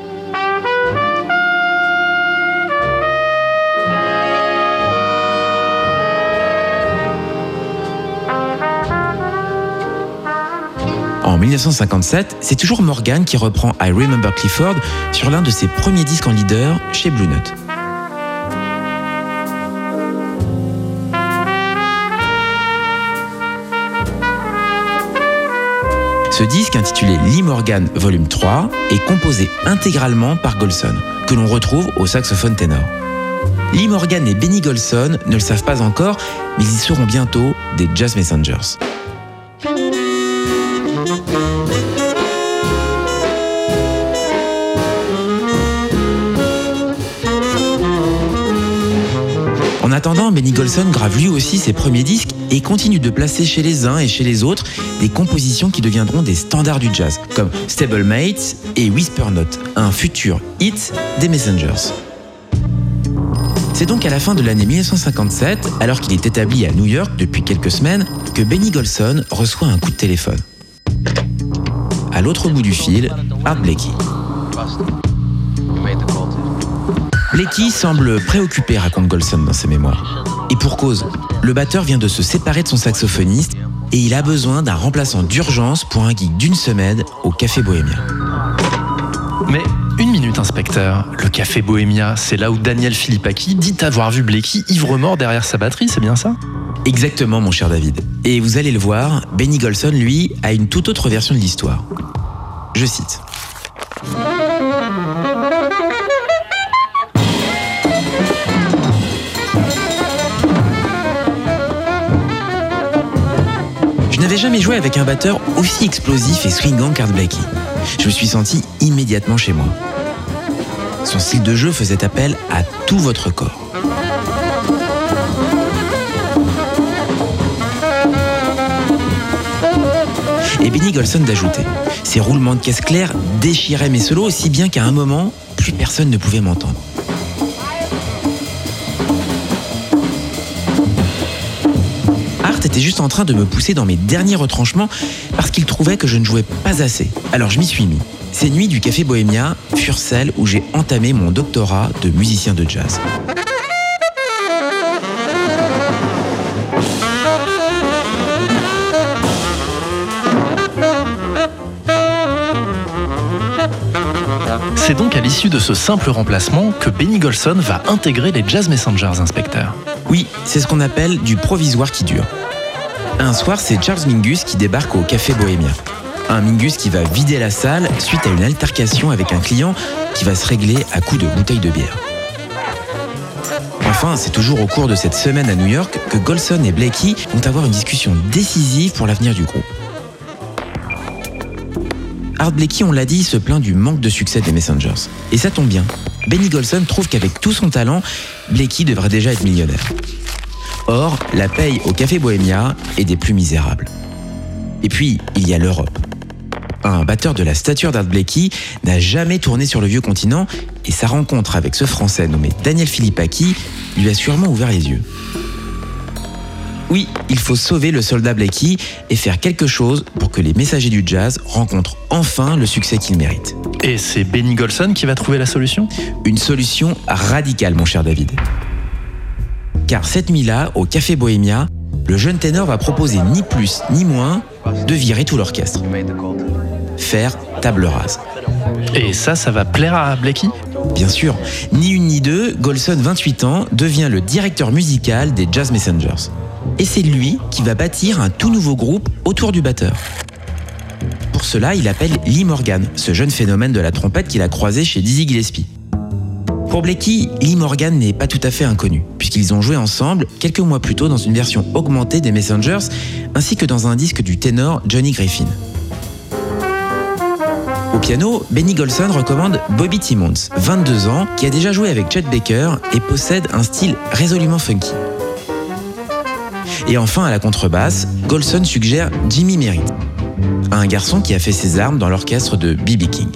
En dix-neuf cent cinquante-sept, c'est toujours Morgan qui reprend I Remember Clifford sur l'un de ses premiers disques en leader chez Blue Note. Ce disque, intitulé Lee Morgan Volume trois, est composé intégralement par Golson, que l'on retrouve au saxophone ténor. Lee Morgan et Benny Golson ne le savent pas encore, mais ils seront bientôt des Jazz Messengers. En attendant, Benny Golson grave lui aussi ses premiers disques et continue de placer chez les uns et chez les autres des compositions qui deviendront des standards du jazz, comme Stablemates et Whisper Note, un futur hit des Messengers. C'est donc à la fin de l'année dix-neuf cent cinquante-sept, alors qu'il est établi à New York depuis quelques semaines, que Benny Golson reçoit un coup de téléphone. À l'autre bout du fil, Art Blakey. Blakey semble préoccupé, raconte Golson dans ses mémoires. Et pour cause, le batteur vient de se séparer de son saxophoniste et il a besoin d'un remplaçant d'urgence pour un gig d'une semaine au Café Bohémia. Mais une minute, inspecteur. Le Café Bohémia, c'est là où Daniel Philippaki dit avoir vu Blakey ivre-mort derrière sa batterie, c'est bien ça ? Exactement, mon cher David. Et vous allez le voir, Benny Golson, lui, a une toute autre version de l'histoire. Je cite. Je n'avais jamais joué avec un batteur aussi explosif et swingant qu'Art Blakey. Je me suis senti immédiatement chez moi. Son style de jeu faisait appel à tout votre corps. Et Benny Golson d'ajouter, ses roulements de caisse claire déchiraient mes solos aussi bien qu'à un moment, plus personne ne pouvait m'entendre. Art était juste en train de me pousser dans mes derniers retranchements parce qu'il trouvait que je ne jouais pas assez. Alors je m'y suis mis. Ces nuits du Café Bohémia furent celles où j'ai entamé mon doctorat de musicien de jazz. C'est donc à l'issue de ce simple remplacement que Benny Golson va intégrer les Jazz Messengers, inspecteur. Oui, c'est ce qu'on appelle du provisoire qui dure. Un soir, c'est Charles Mingus qui débarque au Café Bohémia. Un Mingus qui va vider la salle suite à une altercation avec un client qui va se régler à coups de bouteilles de bière. Enfin, c'est toujours au cours de cette semaine à New York que Golson et Blakey vont avoir une discussion décisive pour l'avenir du groupe. Art Blakey, on l'a dit, se plaint du manque de succès des Messengers. Et ça tombe bien. Benny Golson trouve qu'avec tout son talent, Blakey devrait déjà être millionnaire. Or, la paye au Café Bohémia est des plus misérables. Et puis, il y a l'Europe. Un batteur de la stature d'Art Blakey n'a jamais tourné sur le vieux continent et sa rencontre avec ce Français nommé Daniel Philippaki lui a sûrement ouvert les yeux. Oui, il faut sauver le soldat Blakey et faire quelque chose pour que les messagers du jazz rencontrent enfin le succès qu'ils méritent. Et c'est Benny Golson qui va trouver la solution ? Une solution radicale, mon cher David. Car cette nuit-là, au Café Bohémia, le jeune ténor va proposer ni plus ni moins de virer tout l'orchestre. Faire table rase. Et ça, ça va plaire à Blakey ? Bien sûr. Ni une ni deux, Golson, vingt-huit ans, devient le directeur musical des Jazz Messengers. Et c'est lui qui va bâtir un tout nouveau groupe autour du batteur. Pour cela, il appelle Lee Morgan, ce jeune phénomène de la trompette qu'il a croisé chez Dizzy Gillespie. Pour Blakey, Lee Morgan n'est pas tout à fait inconnu, puisqu'ils ont joué ensemble quelques mois plus tôt dans une version augmentée des Messengers, ainsi que dans un disque du ténor Johnny Griffin. Au piano, Benny Golson recommande Bobby Timmons, vingt-deux ans, qui a déjà joué avec Chet Baker et possède un style résolument funky. Et enfin, à la contrebasse, Golson suggère Jimmy Merritt, un garçon qui a fait ses armes dans l'orchestre de B B King.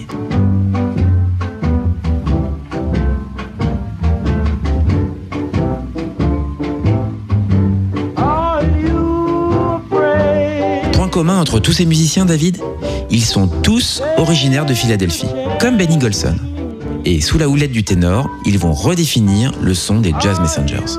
Point commun entre tous ces musiciens, David ? Ils sont tous originaires de Philadelphie, comme Benny Golson. Et sous la houlette du ténor, ils vont redéfinir le son des Jazz Messengers.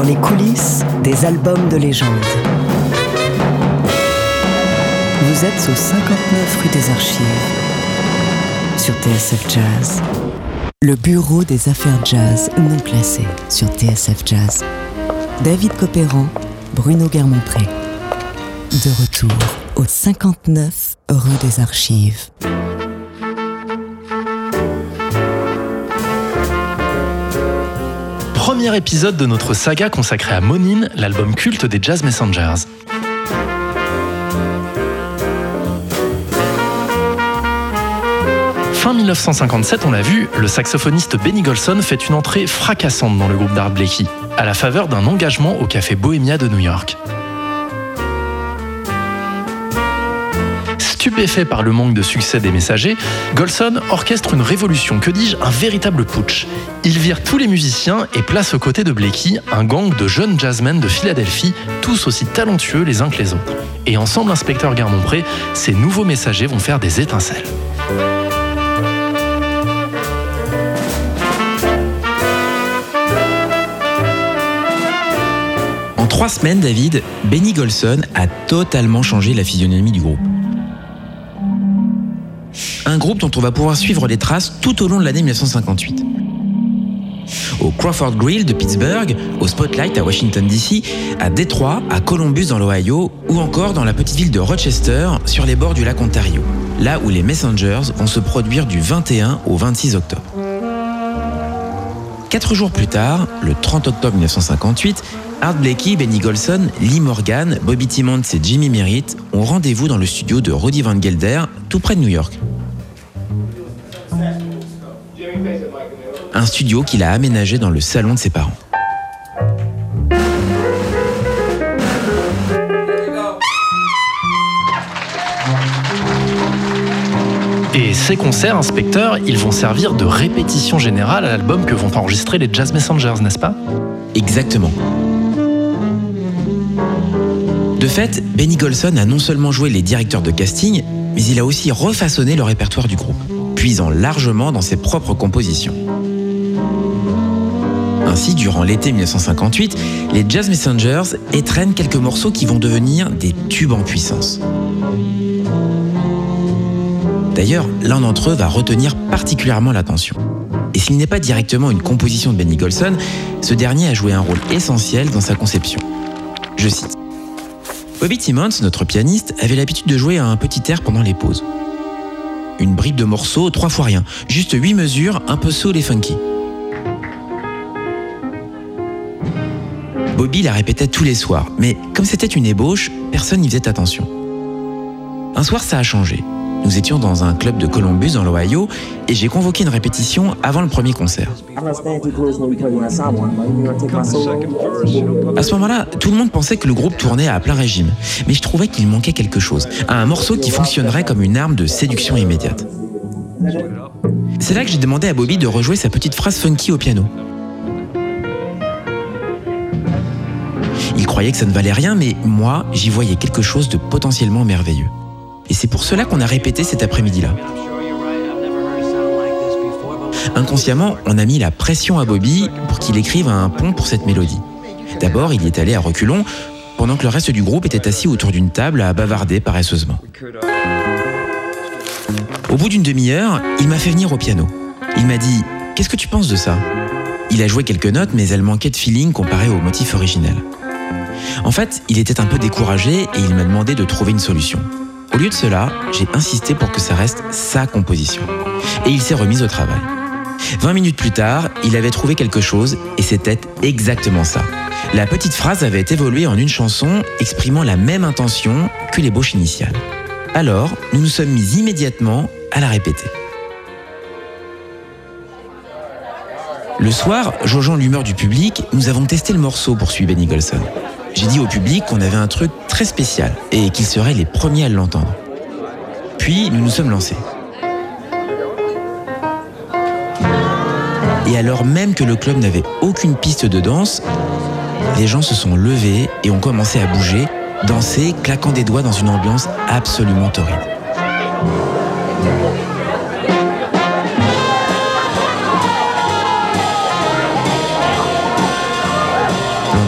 dans les coulisses des albums de légende. Vous êtes au cinquante-neuf rue des Archives, sur T S F Jazz. Le bureau des affaires jazz non classées sur T S F Jazz. David Copéran, Bruno Guermont-Pré. De retour au cinquante-neuf rue des Archives. Premier épisode de notre saga consacrée à Monin, l'album culte des Jazz Messengers. Fin dix-neuf cent cinquante-sept, on l'a vu, le saxophoniste Benny Golson fait une entrée fracassante dans le groupe d'Art Blakey, à la faveur d'un engagement au Café Bohemia de New York. Stupéfait par le manque de succès des messagers, Golson orchestre une révolution, que dis-je, un véritable putsch. Il vire tous les musiciens et place aux côtés de Blakey un gang de jeunes jazzmen de Philadelphie, tous aussi talentueux les uns que les autres. Et ensemble, inspecteur Guermont-Pré, ces nouveaux messagers vont faire des étincelles. En trois semaines, David, Benny Golson a totalement changé la physionomie du groupe. Un groupe dont on va pouvoir suivre les traces tout au long de l'année dix-neuf cent cinquante-huit. Au Crawford Grill de Pittsburgh, au Spotlight à Washington D C, à Détroit, à Columbus dans l'Ohio, ou encore dans la petite ville de Rochester, sur les bords du lac Ontario, là où les Messengers vont se produire du vingt et un au vingt-six octobre. Quatre jours plus tard, le trente octobre dix-neuf cent cinquante-huit, Art Blakey, Benny Golson, Lee Morgan, Bobby Timmons et Jimmy Merritt ont rendez-vous dans le studio de Rudy Van Gelder, tout près de New York. Un studio qu'il a aménagé dans le salon de ses parents. Et ces concerts, inspecteur, ils vont servir de répétition générale à l'album que vont enregistrer les Jazz Messengers, n'est-ce pas ? Exactement. De fait, Benny Golson a non seulement joué les directeurs de casting, mais il a aussi refaçonné le répertoire du groupe, puisant largement dans ses propres compositions. Ainsi, durant l'été dix-neuf cent cinquante-huit, les Jazz Messengers étrennent quelques morceaux qui vont devenir des tubes en puissance. D'ailleurs, l'un d'entre eux va retenir particulièrement l'attention. Et s'il n'est pas directement une composition de Benny Golson, ce dernier a joué un rôle essentiel dans sa conception. Je cite. Bobby Timmons, notre pianiste, avait l'habitude de jouer à un petit air pendant les pauses. Une bribe de morceaux, trois fois rien, juste huit mesures, un peu soul et funky. Bobby la répétait tous les soirs, mais comme c'était une ébauche, personne n'y faisait attention. Un soir, ça a changé. Nous étions dans un club de Columbus dans l'Ohio et j'ai convoqué une répétition avant le premier concert. À ce moment-là, tout le monde pensait que le groupe tournait à plein régime, mais je trouvais qu'il manquait quelque chose, un morceau qui fonctionnerait comme une arme de séduction immédiate. C'est là que j'ai demandé à Bobby de rejouer sa petite phrase funky au piano. Il croyait que ça ne valait rien, mais moi, j'y voyais quelque chose de potentiellement merveilleux. Et c'est pour cela qu'on a répété cet après-midi-là. Inconsciemment, on a mis la pression à Bobby pour qu'il écrive un pont pour cette mélodie. D'abord, il y est allé à reculons, pendant que le reste du groupe était assis autour d'une table à bavarder paresseusement. Au bout d'une demi-heure, il m'a fait venir au piano. Il m'a dit « Qu'est-ce que tu penses de ça ?» Il a joué quelques notes, mais elles manquaient de feeling comparé au motif originel. En fait, il était un peu découragé et il m'a demandé de trouver une solution. Au lieu de cela, j'ai insisté pour que ça reste sa composition. Et il s'est remis au travail. Vingt minutes plus tard, il avait trouvé quelque chose et c'était exactement ça. La petite phrase avait évolué en une chanson exprimant la même intention que l'ébauche initiale. Alors, nous nous sommes mis immédiatement à la répéter. Le soir, jaugeant l'humeur du public, nous avons testé le morceau, poursuit Benny Golson. J'ai dit au public qu'on avait un truc très spécial et qu'ils seraient les premiers à l'entendre. Puis, nous nous sommes lancés. Et alors même que le club n'avait aucune piste de danse, les gens se sont levés et ont commencé à bouger, danser, claquant des doigts dans une ambiance absolument torride.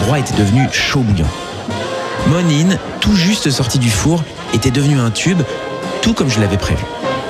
l'endroit était devenu chaud bouillant. Moon In, tout juste sorti du four, était devenu un tube, tout comme je l'avais prévu.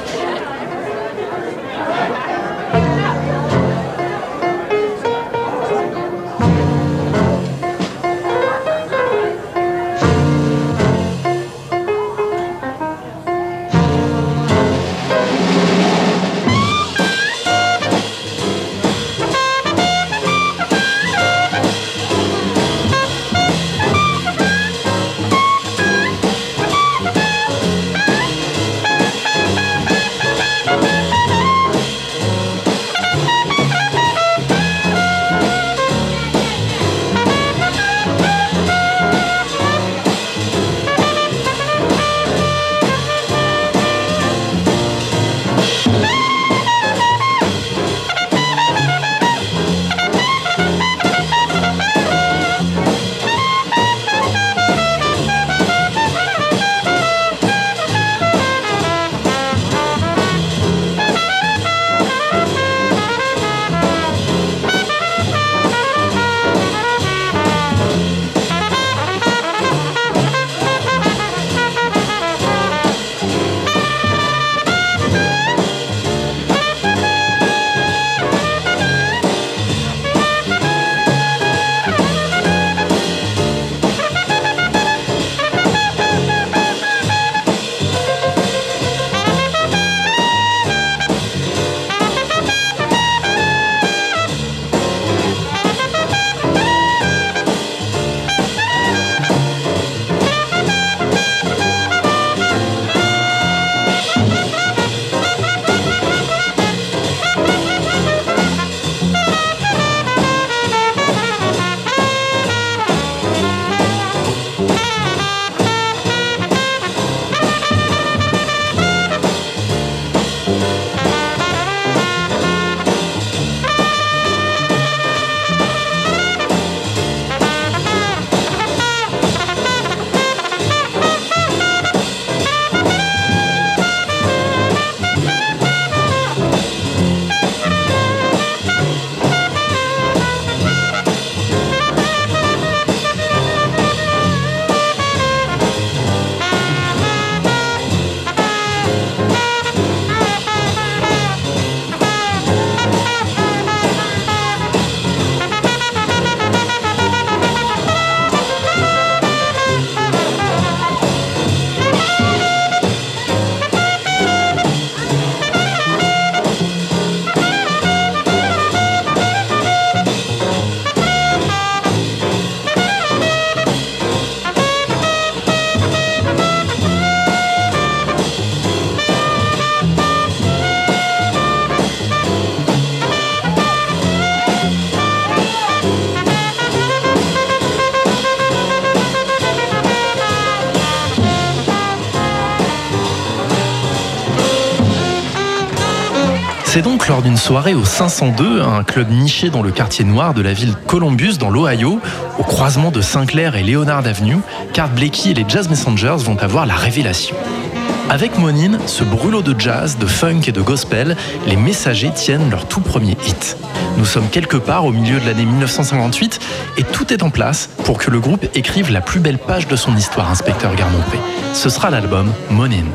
C'est donc lors d'une soirée au cinq cent deux, un club niché dans le quartier noir de la ville Columbus dans l'Ohio, au croisement de Sinclair et Leonard Avenue, qu'Art Blakey et les Jazz Messengers vont avoir la révélation. Avec Moon In, ce brûlot de jazz, de funk et de gospel, les Messagers tiennent leur tout premier hit. Nous sommes quelque part au milieu de l'année mille neuf cent cinquante-huit et tout est en place pour que le groupe écrive la plus belle page de son histoire, inspecteur Garmont-Pré. Ce sera l'album Moon In.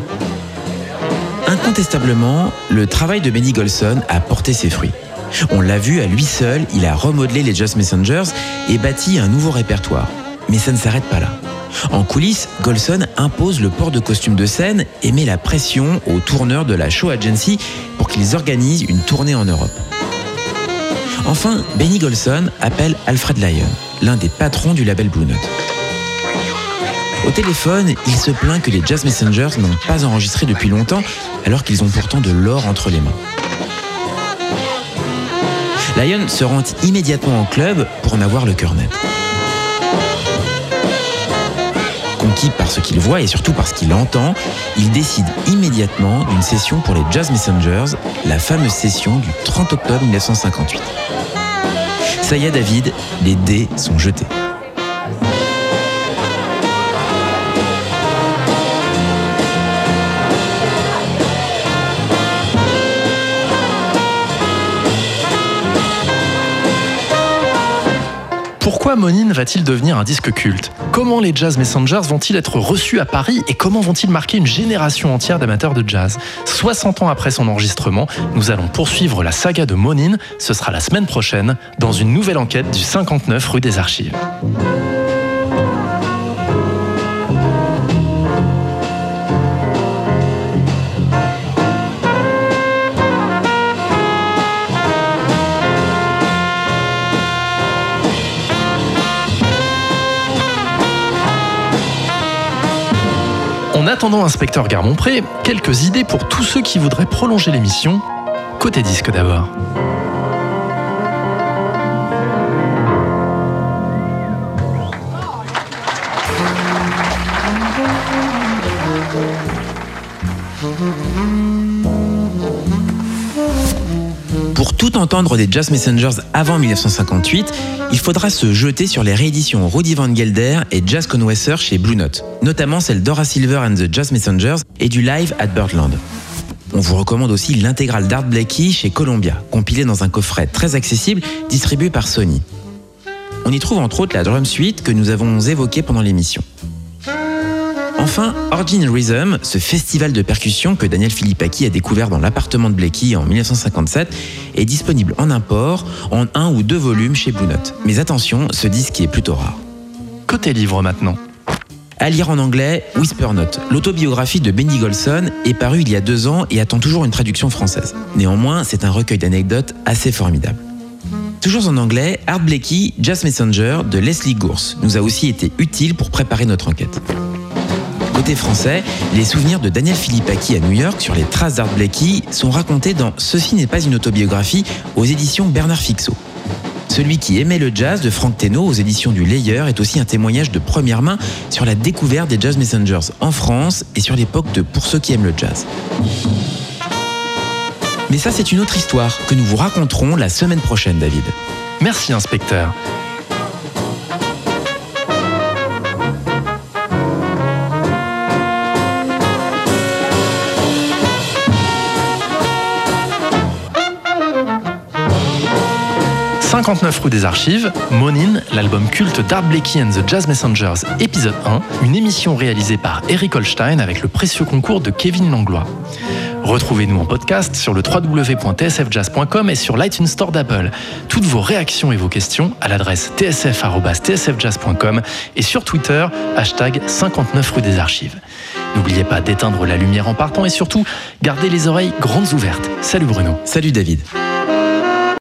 Incontestablement, le travail de Benny Golson a porté ses fruits. On l'a vu, à lui seul, il a remodelé les Jazz Messengers et bâti un nouveau répertoire. Mais ça ne s'arrête pas là. En coulisses, Golson impose le port de costumes de scène et met la pression aux tourneurs de la Show Agency pour qu'ils organisent une tournée en Europe. Enfin, Benny Golson appelle Alfred Lion, l'un des patrons du label Blue Note. Au téléphone, il se plaint que les Jazz Messengers n'ont pas enregistré depuis longtemps, alors qu'ils ont pourtant de l'or entre les mains. Lion se rend immédiatement au club pour en avoir le cœur net. Conquis par ce qu'il voit et surtout par ce qu'il entend, il décide immédiatement d'une session pour les Jazz Messengers, la fameuse session du trente octobre mille neuf cent cinquante-huit. Ça y est, David, les dés sont jetés. Pourquoi Monine va-t-il devenir un disque culte ? Comment les Jazz Messengers vont-ils être reçus à Paris et comment vont-ils marquer une génération entière d'amateurs de jazz ? soixante ans après son enregistrement, nous allons poursuivre la saga de Monine. Ce sera la semaine prochaine dans une nouvelle enquête du cinquante-neuf rue des Archives. En attendant Inspecteur Garmont-Pré, quelques idées pour tous ceux qui voudraient prolonger l'émission. Côté disque d'abord. Pour tout entendre des Jazz Messengers avant dix-neuf cent cinquante-huit, il faudra se jeter sur les rééditions Rudy Van Gelder et Jazz Connoisseur chez Blue Note, notamment celle Dora Silver and the Jazz Messengers et du Live at Birdland. On vous recommande aussi l'intégrale d'Art Blakey chez Columbia, compilée dans un coffret très accessible distribué par Sony. On y trouve entre autres la drum suite que nous avons évoquée pendant l'émission. Enfin, Origin Rhythm, ce festival de percussion que Daniel Philippaki a découvert dans l'appartement de Blakey en dix-neuf cent cinquante-sept, est disponible en import, en un ou deux volumes chez Blue Note. Mais attention, ce disque est plutôt rare. Côté livre maintenant. À lire en anglais, Whisper Note, l'autobiographie de Benny Golson, est parue il y a deux ans et attend toujours une traduction française. Néanmoins, c'est un recueil d'anecdotes assez formidable. Toujours en anglais, Art Blakey, Jazz Messenger de Leslie Gourse nous a aussi été utile pour préparer notre enquête. Côté français, les souvenirs de Daniel Philippaki à New York sur les traces d'Art Blakey sont racontés dans Ceci n'est pas une autobiographie aux éditions Bernard Fixot. Celui qui aimait le jazz de Franck Thénault aux éditions du Layer est aussi un témoignage de première main sur la découverte des Jazz Messengers en France et sur l'époque de Pour ceux qui aiment le jazz. Mais ça, c'est une autre histoire que nous vous raconterons la semaine prochaine, David. Merci, inspecteur. cinquante-neuf rue des Archives, Monine, l'album culte d'Art Blakey and the Jazz Messengers, épisode un, une émission réalisée par Eric Holstein avec le précieux concours de Kevin Langlois. Retrouvez-nous en podcast sur le w w w point t s f jazz point com et sur l'iTunes Store d'Apple. Toutes vos réactions et vos questions à l'adresse t s f arobase t s f jazz point com et sur Twitter, hashtag cinquante-neuf rue des Archives. N'oubliez pas d'éteindre la lumière en partant et surtout, gardez les oreilles grandes ouvertes. Salut Bruno. Salut David.